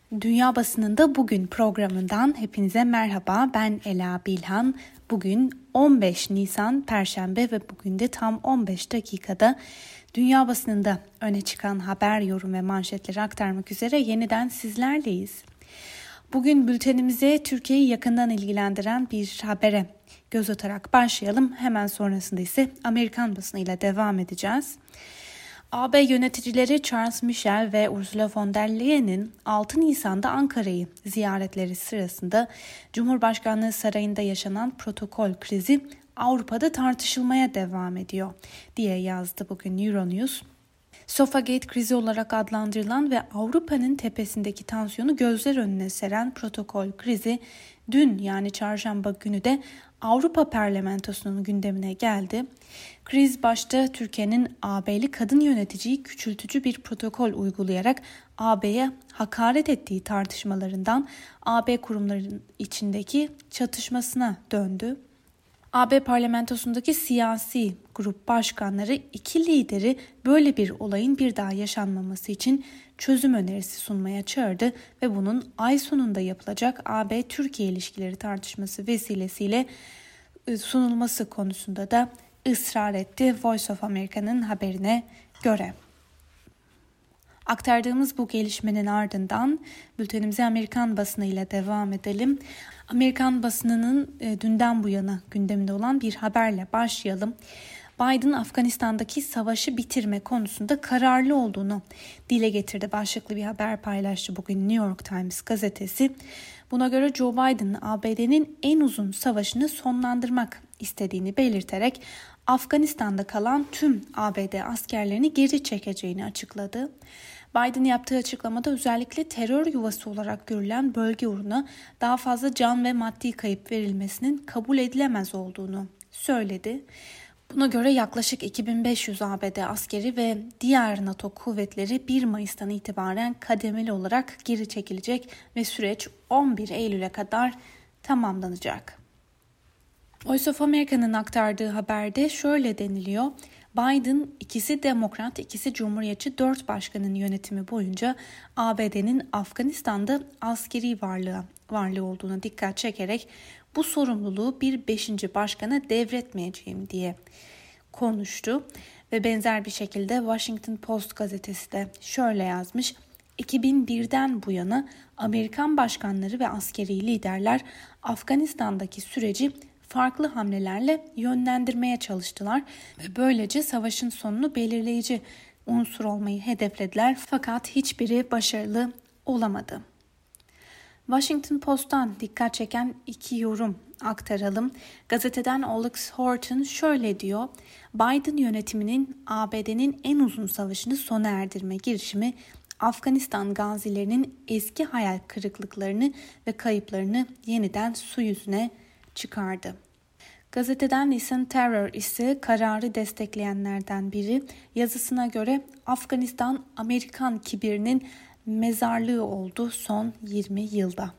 Dünya Basınında Bugün programından hepinize merhaba. Ben Ela Bilhan. Bugün 15 Nisan Perşembe ve bugün de tam 15 dakikada dünya basınında öne çıkan haber, yorum ve manşetleri aktarmak üzere yeniden sizlerleyiz. Bugün bültenimize Türkiye'yi yakından ilgilendiren bir habere göz atarak başlayalım. Hemen sonrasında ise Amerikan basınıyla devam edeceğiz. AB yöneticileri Charles Michel ve Ursula von der Leyen'in 6 Nisan'da Ankara'yı ziyaretleri sırasında Cumhurbaşkanlığı Sarayı'nda yaşanan protokol krizi Avrupa'da tartışılmaya devam ediyor diye yazdı bugün Euronews. Sofagate krizi olarak adlandırılan ve Avrupa'nın tepesindeki tansiyonu gözler önüne seren protokol krizi dün yani çarşamba günü de Avrupa Parlamentosu'nun gündemine geldi. Kriz başta Türkiye'nin AB'li kadın yöneticiyi küçültücü bir protokol uygulayarak AB'ye hakaret ettiği tartışmalarından AB kurumlarının içindeki çatışmasına döndü. AB parlamentosundaki siyasi grup başkanları iki lideri böyle bir olayın bir daha yaşanmaması için çözüm önerisi sunmaya çağırdı ve bunun ay sonunda yapılacak AB-Türkiye ilişkileri tartışması vesilesiyle sunulması konusunda da ısrar etti Voice of America'nın haberine göre. Aktardığımız bu gelişmenin ardından bültenimize Amerikan basınıyla devam edelim. Amerikan basınının dünden bu yana gündeminde olan bir haberle başlayalım. Biden Afganistan'daki savaşı bitirme konusunda kararlı olduğunu dile getirdi. Başlıklı bir haber paylaştı bugün New York Times gazetesi. Buna göre Joe Biden ABD'nin en uzun savaşını sonlandırmak istediğini belirterek Afganistan'da kalan tüm ABD askerlerini geri çekeceğini açıkladı. Biden yaptığı açıklamada özellikle terör yuvası olarak görülen bölge uğruna daha fazla can ve maddi kayıp verilmesinin kabul edilemez olduğunu söyledi. Buna göre yaklaşık 2500 ABD askeri ve diğer NATO kuvvetleri 1 Mayıs'tan itibaren kademeli olarak geri çekilecek ve süreç 11 Eylül'e kadar tamamlanacak. Voice of America'nın aktardığı haberde şöyle deniliyor. Biden ikisi demokrat, ikisi cumhuriyetçi 4 başkanın yönetimi boyunca ABD'nin Afganistan'da askeri varlığı olduğuna dikkat çekerek bu sorumluluğu bir 5. başkana devretmeyeceğim diye konuştu. Ve benzer bir şekilde Washington Post gazetesi de şöyle yazmış. 2001'den bu yana Amerikan başkanları ve askeri liderler Afganistan'daki süreci farklı hamlelerle yönlendirmeye çalıştılar ve böylece savaşın sonunu belirleyici unsur olmayı hedeflediler fakat hiçbiri başarılı olamadı. Washington Post'tan dikkat çeken 2 yorum aktaralım. Gazeteden Alex Horton şöyle diyor. Biden yönetiminin ABD'nin en uzun savaşını sona erdirme girişimi Afganistan gazilerinin eski hayal kırıklıklarını ve kayıplarını yeniden su yüzüne çıkardı. Gazeteden Listen Terror ise kararı destekleyenlerden biri. Yazısına göre Afganistan Amerikan kibirinin mezarlığı oldu son 20 yılda.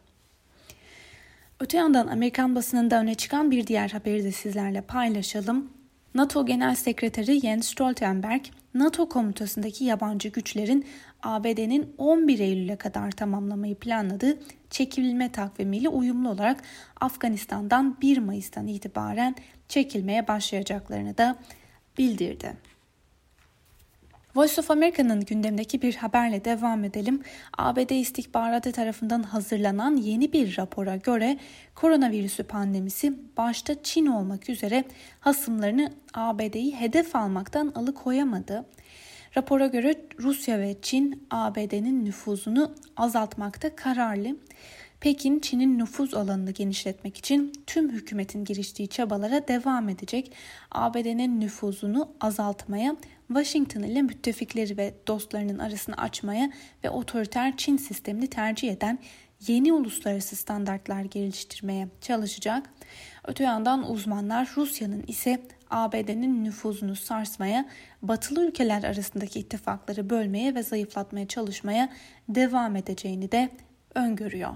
Öte yandan Amerikan basınında öne çıkan bir diğer haberi de sizlerle paylaşalım. NATO Genel Sekreteri Jens Stoltenberg, NATO komutasındaki yabancı güçlerin ABD'nin 11 Eylül'e kadar tamamlamayı planladığı çekilme takvimiyle uyumlu olarak Afganistan'dan 1 Mayıs'tan itibaren çekilmeye başlayacaklarını da bildirdi. Voice of America'nın gündemdeki bir haberle devam edelim. ABD istihbaratı tarafından hazırlanan yeni bir rapora göre koronavirüsü pandemisi başta Çin olmak üzere hasımlarını ABD'yi hedef almaktan alıkoyamadı. Rapora göre Rusya ve Çin ABD'nin nüfuzunu azaltmakta kararlı. Pekin, Çin'in nüfuz alanını genişletmek için tüm hükümetin giriştiği çabalara devam edecek. ABD'nin nüfuzunu azaltmaya, Washington ile müttefikleri ve dostlarının arasını açmaya ve otoriter Çin sistemini tercih eden yeni uluslararası standartlar geliştirmeye çalışacak. Öte yandan uzmanlar Rusya'nın ise ABD'nin nüfuzunu sarsmaya, batılı ülkeler arasındaki ittifakları bölmeye ve zayıflatmaya çalışmaya devam edeceğini de öngörüyor.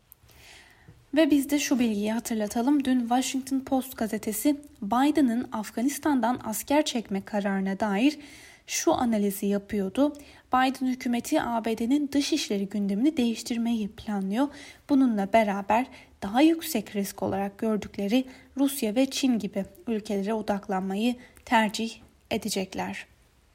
Ve biz de şu bilgiyi hatırlatalım. Dün Washington Post gazetesi Biden'ın Afganistan'dan asker çekme kararına dair şu analizi yapıyordu. Biden hükümeti ABD'nin dışişleri gündemini değiştirmeyi planlıyor. Bununla beraber daha yüksek risk olarak gördükleri Rusya ve Çin gibi ülkelere odaklanmayı tercih edecekler.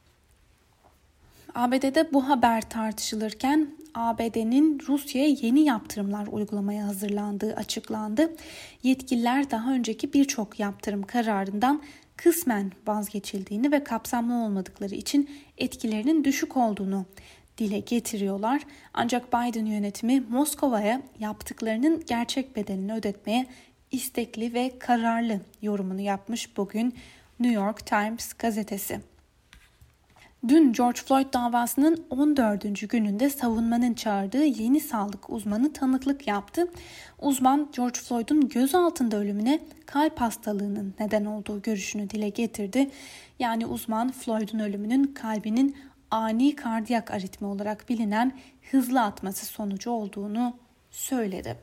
ABD'de bu haber tartışılırken ABD'nin Rusya'ya yeni yaptırımlar uygulamaya hazırlandığı açıklandı. Yetkililer daha önceki birçok yaptırım kararından kısmen vazgeçildiğini ve kapsamlı olmadıkları için etkilerinin düşük olduğunu dile getiriyorlar. Ancak Biden yönetimi Moskova'ya yaptıklarının gerçek bedelini ödetmeye istekli ve kararlı yorumunu yapmış bugün New York Times gazetesi. Dün George Floyd davasının 14. gününde savunmanın çağırdığı yeni sağlık uzmanı tanıklık yaptı. Uzman George Floyd'un gözaltında ölümüne kalp hastalığının neden olduğu görüşünü dile getirdi. Yani uzman Floyd'un ölümünün kalbinin ani kardiyak aritmi olarak bilinen hızlı atması sonucu olduğunu söyledi.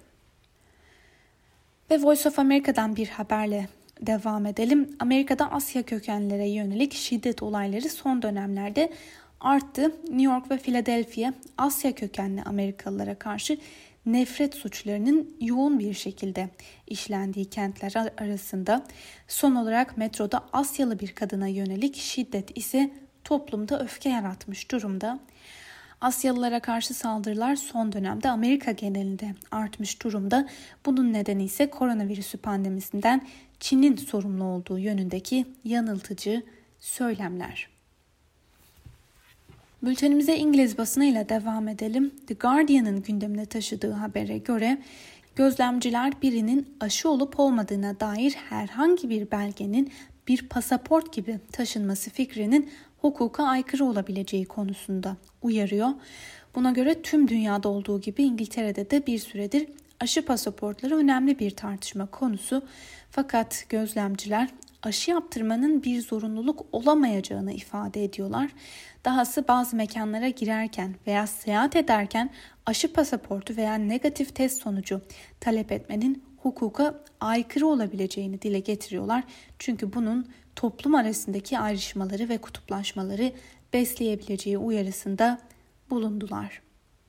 Ve Voice of America'dan bir haberle devam edelim. Amerika'da Asya kökenlilere yönelik şiddet olayları son dönemlerde arttı. New York ve Philadelphia Asya kökenli Amerikalılara karşı nefret suçlarının yoğun bir şekilde işlendiği kentler arasında. Son olarak metroda Asyalı bir kadına yönelik şiddet ise toplumda öfke yaratmış durumda. Asyalılara karşı saldırılar son dönemde Amerika genelinde artmış durumda. Bunun nedeni ise koronavirüsü pandemisinden Çin'in sorumlu olduğu yönündeki yanıltıcı söylemler. Bültenimize İngiliz basınıyla devam edelim. The Guardian'ın gündemine taşıdığı habere göre gözlemciler birinin aşı olup olmadığına dair herhangi bir belgenin bir pasaport gibi taşınması fikrinin hukuka aykırı olabileceği konusunda uyarıyor. Buna göre tüm dünyada olduğu gibi İngiltere'de de bir süredir aşı pasaportları önemli bir tartışma konusu. Fakat gözlemciler aşı yaptırmanın bir zorunluluk olamayacağını ifade ediyorlar. Dahası bazı mekanlara girerken veya seyahat ederken aşı pasaportu veya negatif test sonucu talep etmenin hukuka aykırı olabileceğini dile getiriyorlar. Çünkü bunun toplum arasındaki ayrışmaları ve kutuplaşmaları besleyebileceği uyarısında bulundular.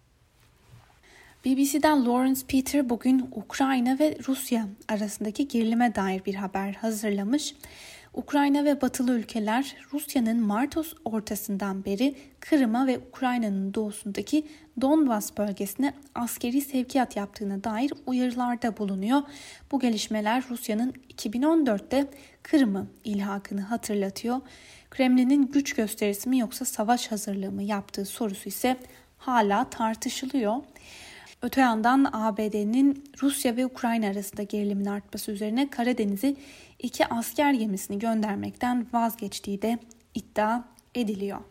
BBC'den Lawrence Peter bugün Ukrayna ve Rusya arasındaki gerilime dair bir haber hazırlamış. Ukrayna ve batılı ülkeler Rusya'nın Mart ortasından beri Kırım'a ve Ukrayna'nın doğusundaki Donbas bölgesine askeri sevkiyat yaptığına dair uyarılarda bulunuyor. Bu gelişmeler Rusya'nın 2014'te Kırım'ı ilhakını hatırlatıyor. Kremlin'in güç gösterisi mi yoksa savaş hazırlığı mı yaptığı sorusu ise hala tartışılıyor. Öte yandan ABD'nin Rusya ve Ukrayna arasında gerilimin artması üzerine Karadeniz'e 2 asker gemisini göndermekten vazgeçtiği de iddia ediliyor.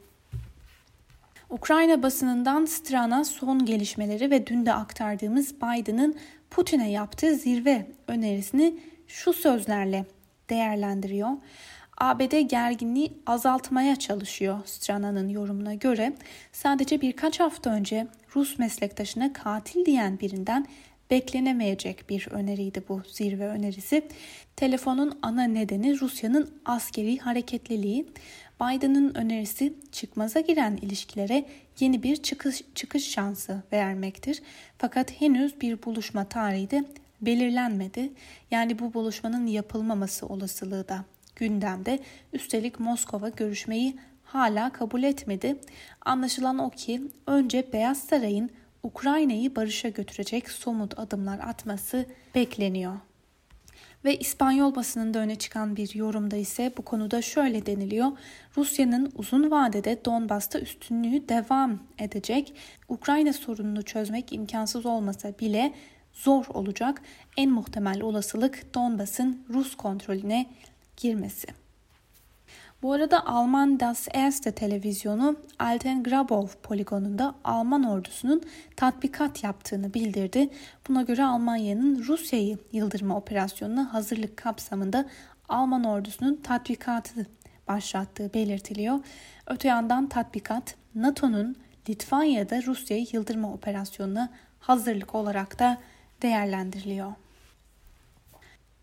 Ukrayna basınından Strana son gelişmeleri ve dün de aktardığımız Biden'ın Putin'e yaptığı zirve önerisini şu sözlerle değerlendiriyor. ABD gerginliği azaltmaya çalışıyor Strana'nın yorumuna göre. Sadece birkaç hafta önce Rus meslektaşına katil diyen birinden beklenemeyecek bir öneriydi bu zirve önerisi. Telefonun ana nedeni Rusya'nın askeri hareketliliği. Biden'ın önerisi çıkmaza giren ilişkilere yeni bir çıkış şansı vermektir. Fakat henüz bir buluşma tarihi de belirlenmedi. Yani bu buluşmanın yapılmaması olasılığı da gündemde. Üstelik Moskova görüşmeyi hala kabul etmedi. Anlaşılan o ki önce Beyaz Saray'ın Ukrayna'yı barışa götürecek somut adımlar atması bekleniyor. Ve İspanyol basınında öne çıkan bir yorumda ise bu konuda şöyle deniliyor. Rusya'nın uzun vadede Donbas'ta üstünlüğü devam edecek. Ukrayna sorununu çözmek imkansız olmasa bile zor olacak. En muhtemel olasılık Donbas'ın Rus kontrolüne girmesi. Bu arada Alman Das Erste televizyonu Altengrabov poligonunda Alman ordusunun tatbikat yaptığını bildirdi. Buna göre Almanya'nın Rusya'yı yıldırma operasyonuna hazırlık kapsamında Alman ordusunun tatbikatı başlattığı belirtiliyor. Öte yandan tatbikat NATO'nun Litvanya'da Rusya'yı yıldırma operasyonuna hazırlık olarak da değerlendiriliyor.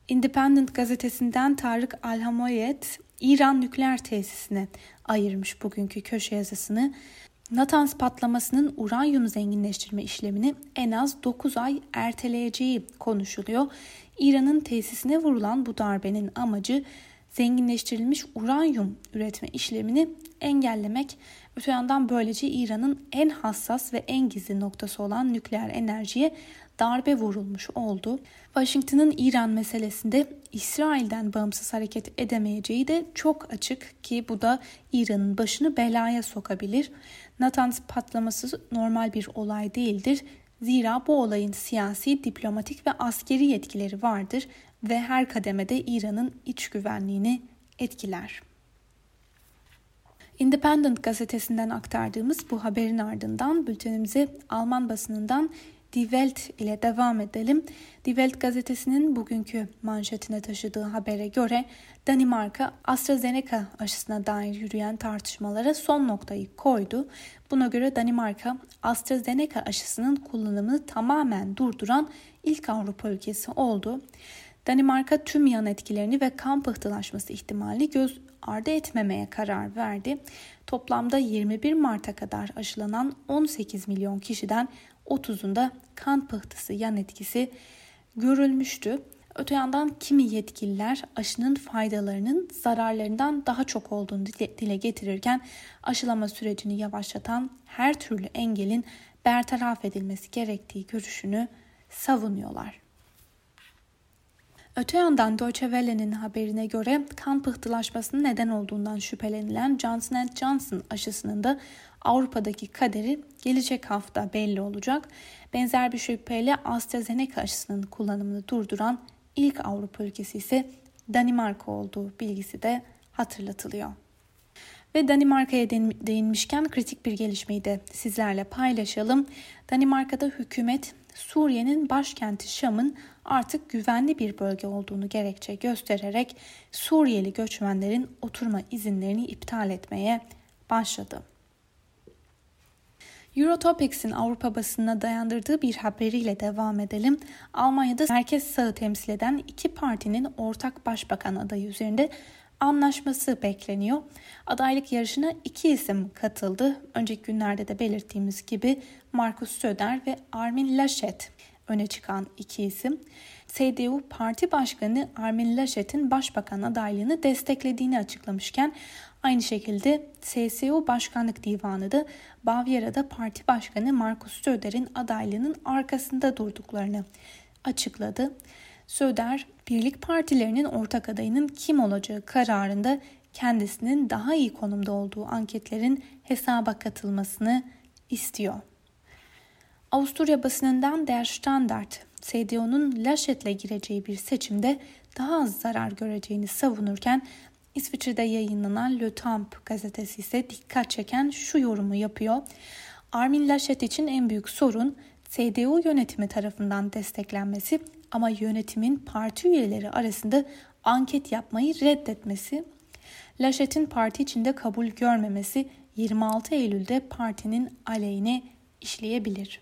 Independent gazetesinden Tarık Alhamoyed, İran nükleer tesisine ayırmış bugünkü köşe yazısını. Natanz patlamasının uranyum zenginleştirme işlemini en az 9 ay erteleyeceği konuşuluyor. İran'ın tesisine vurulan bu darbenin amacı zenginleştirilmiş uranyum üretme işlemini engellemek. Öte yandan böylece İran'ın en hassas ve en gizli noktası olan nükleer enerjiye darbe vurulmuş oldu. Washington'ın İran meselesinde İsrail'den bağımsız hareket edemeyeceği de çok açık ki bu da İran'ın başını belaya sokabilir. Natanz patlaması normal bir olay değildir. Zira bu olayın siyasi, diplomatik ve askeri yetkileri vardır ve her kademede İran'ın iç güvenliğini etkiler. Independent gazetesinden aktardığımız bu haberin ardından bültenimize Alman basınından Die Welt ile devam edelim. Die Welt gazetesinin bugünkü manşetine taşıdığı habere göre Danimarka AstraZeneca aşısına dair yürüyen tartışmalara son noktayı koydu. Buna göre Danimarka AstraZeneca aşısının kullanımını tamamen durduran ilk Avrupa ülkesi oldu. Danimarka tüm yan etkilerini ve kan pıhtılaşması ihtimalini göz ardı etmemeye karar verdi. Toplamda 21 Mart'a kadar aşılanan 18 milyon kişiden 30'unda kan pıhtısı yan etkisi görülmüştü. Öte yandan kimi yetkililer aşının faydalarının zararlarından daha çok olduğunu dile getirirken aşılama sürecini yavaşlatan her türlü engelin bertaraf edilmesi gerektiği görüşünü savunuyorlar. Öte yandan Deutsche Welle'nin haberine göre kan pıhtılaşmasının neden olduğundan şüphelenilen Johnson & Johnson aşısının da Avrupa'daki kaderi gelecek hafta belli olacak. Benzer bir şüpheyle AstraZeneca aşısının kullanımını durduran ilk Avrupa ülkesi ise Danimarka olduğu bilgisi de hatırlatılıyor. Ve Danimarka'ya değinmişken kritik bir gelişmeyi de sizlerle paylaşalım. Danimarka'da hükümet Suriye'nin başkenti Şam'ın artık güvenli bir bölge olduğunu gerekçe göstererek Suriyeli göçmenlerin oturma izinlerini iptal etmeye başladı. Eurotopics'in Avrupa basınına dayandırdığı bir haberiyle devam edelim. Almanya'da merkez sağı temsil eden iki partinin ortak başbakan adayı üzerinde anlaşması bekleniyor. Adaylık yarışına iki isim katıldı. Önceki günlerde de belirttiğimiz gibi Markus Söder ve Armin Laschet öne çıkan iki isim. CDU Parti Başkanı Armin Laschet'in başbakan adaylığını desteklediğini açıklamışken aynı şekilde CSU Başkanlık Divanı da Bavyera'da Parti Başkanı Markus Söder'in adaylığının arkasında durduklarını açıkladı. Söder, birlik partilerinin ortak adayının kim olacağı kararında kendisinin daha iyi konumda olduğu anketlerin hesaba katılmasını istiyor. Avusturya basınından Der Standard, CDU'nun Laschet'le gireceği bir seçimde daha az zarar göreceğini savunurken İsviçre'de yayınlanan Le Temps gazetesi ise dikkat çeken şu yorumu yapıyor. Armin Laschet için en büyük sorun CDU yönetimi tarafından desteklenmesi ama yönetimin parti üyeleri arasında anket yapmayı reddetmesi. Laschet'in parti içinde kabul görmemesi 26 Eylül'de partinin aleyhine işleyebilir.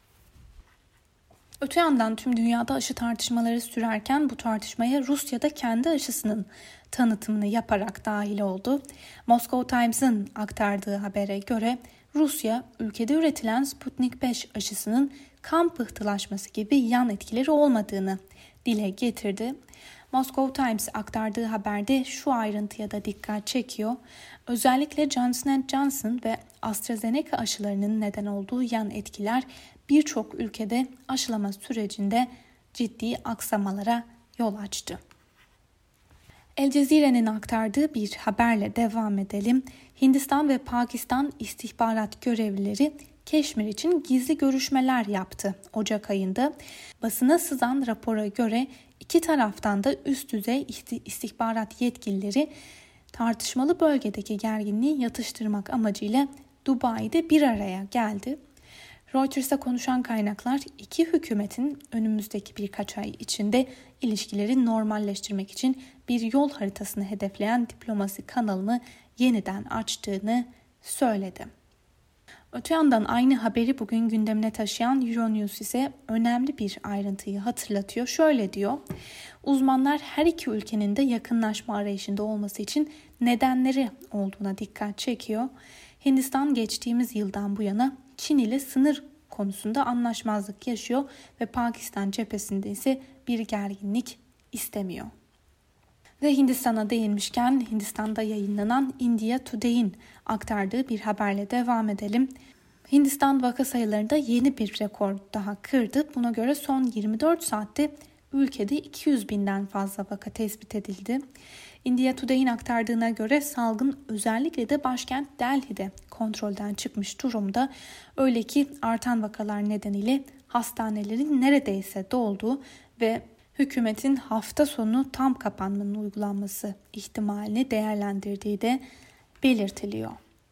Öte yandan tüm dünyada aşı tartışmaları sürerken bu tartışmaya Rusya da kendi aşısının tanıtımını yaparak dahil oldu. Moscow Times'ın aktardığı habere göre Rusya, ülkede üretilen Sputnik 5 aşısının kan pıhtılaşması gibi yan etkileri olmadığını dile getirdi. Moscow Times aktardığı haberde şu ayrıntıya da dikkat çekiyor. Özellikle Johnson & Johnson ve AstraZeneca aşılarının neden olduğu yan etkiler birçok ülkede aşılama sürecinde ciddi aksamalara yol açtı. El Cezire'nin aktardığı bir haberle devam edelim. Hindistan ve Pakistan istihbarat görevlileri Keşmir için gizli görüşmeler yaptı Ocak ayında. Basına sızan rapora göre iki taraftan da üst düzey istihbarat yetkilileri tartışmalı bölgedeki gerginliği yatıştırmak amacıyla Dubai'de bir araya geldi. Reuters'a konuşan kaynaklar iki hükümetin önümüzdeki birkaç ay içinde ilişkileri normalleştirmek için bir yol haritasını hedefleyen diplomasi kanalını yeniden açtığını söyledi. Öte yandan aynı haberi bugün gündemine taşıyan Euronews ise önemli bir ayrıntıyı hatırlatıyor. Şöyle diyor, uzmanlar her iki ülkenin de yakınlaşma arayışında olması için nedenleri olduğuna dikkat çekiyor. Hindistan geçtiğimiz yıldan bu yana Çin ile sınır konusunda anlaşmazlık yaşıyor ve Pakistan cephesinde ise bir gerginlik istemiyor. Ve Hindistan'a değinmişken Hindistan'da yayınlanan India Today'in aktardığı bir haberle devam edelim. Hindistan vaka sayılarında yeni bir rekor daha kırdı. Buna göre son 24 saatte ülkede 200 binden fazla vaka tespit edildi. India Today'in aktardığına göre salgın özellikle de başkent Delhi'de kontrolden çıkmış durumda. Öyle ki artan vakalar nedeniyle hastanelerin neredeyse dolduğu ve hükümetin hafta sonu tam kapanmanın uygulanması ihtimalini değerlendirdiği de belirtiliyor.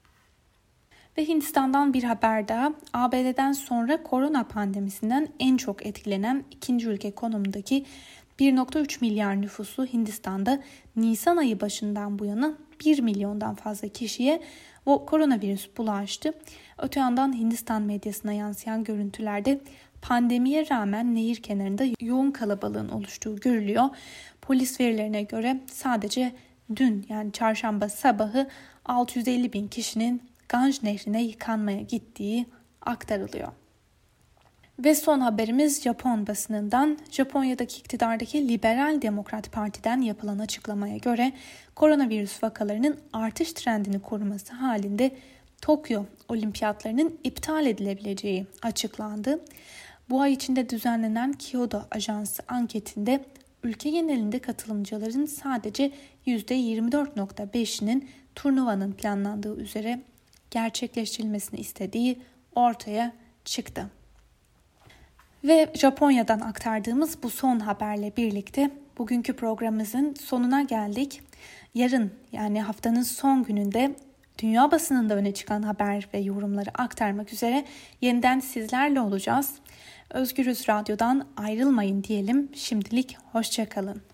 Ve Hindistan'dan bir haber daha. ABD'den sonra korona pandemisinden en çok etkilenen ikinci ülke konumundaki 1,3 milyar nüfuslu Hindistan'da Nisan ayı başından bu yana 1 milyondan fazla kişiye koronavirüs bulaştı. Öte yandan Hindistan medyasına yansıyan görüntülerde pandemiye rağmen nehir kenarında yoğun kalabalığın oluştuğu görülüyor. Polis verilerine göre sadece dün yani çarşamba sabahı 650 bin kişinin Ganj nehrine yıkanmaya gittiği aktarılıyor. Ve son haberimiz Japon basınından. Japonya'daki iktidardaki Liberal Demokrat Parti'den yapılan açıklamaya göre koronavirüs vakalarının artış trendini koruması halinde Tokyo Olimpiyatlarının iptal edilebileceği açıklandı. Bu ay içinde düzenlenen Kyodo Ajansı anketinde ülke genelinde katılımcıların sadece %24,5'inin turnuvanın planlandığı üzere gerçekleştirilmesini istediği ortaya çıktı. Ve Japonya'dan aktardığımız bu son haberle birlikte bugünkü programımızın sonuna geldik. Yarın yani haftanın son gününde dünya basınında öne çıkan haber ve yorumları aktarmak üzere yeniden sizlerle olacağız. Özgürüz Radyo'dan ayrılmayın diyelim. Şimdilik hoşça kalın.